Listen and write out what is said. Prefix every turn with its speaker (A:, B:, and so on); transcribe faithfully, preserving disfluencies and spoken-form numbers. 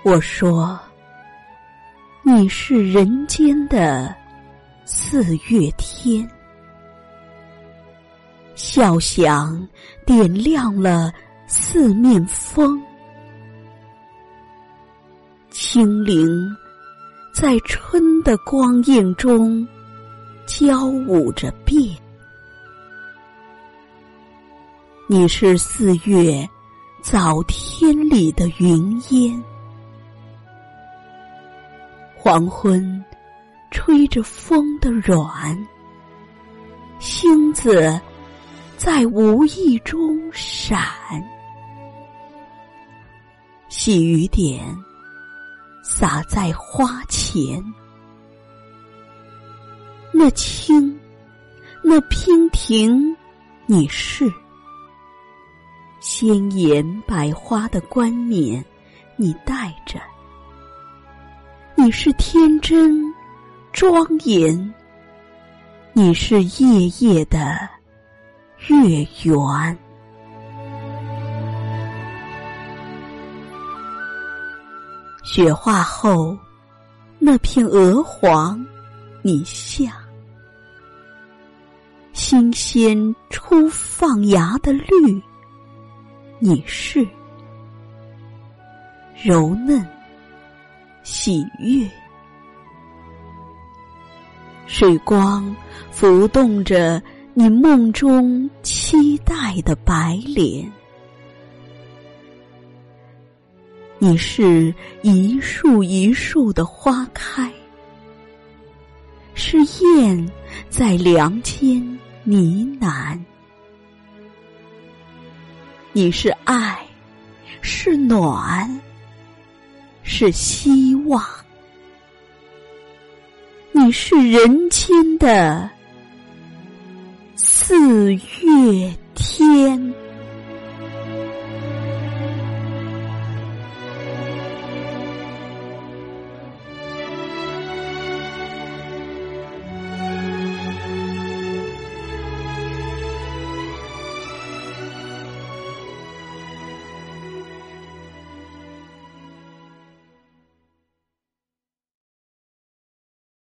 A: 我说，你是人间的四月天，笑响点亮了四面风，清灵在春的光映中交舞着变。你是四月早天里的云烟，黄昏吹着风的软，星子在无意中闪，细雨点洒在花前，那青，那娉婷，你是鲜艳百花的冠冕，你戴着。你是天真庄严，你是夜夜的月圆。雪化后，那片鹅黄，你像新鲜初放芽的绿，你是柔嫩喜悦。水光浮动着你梦中期待的白脸，你是一树一树的花开，是燕在梁间呢喃。你是爱，是暖，是希望，你是人间的四月天。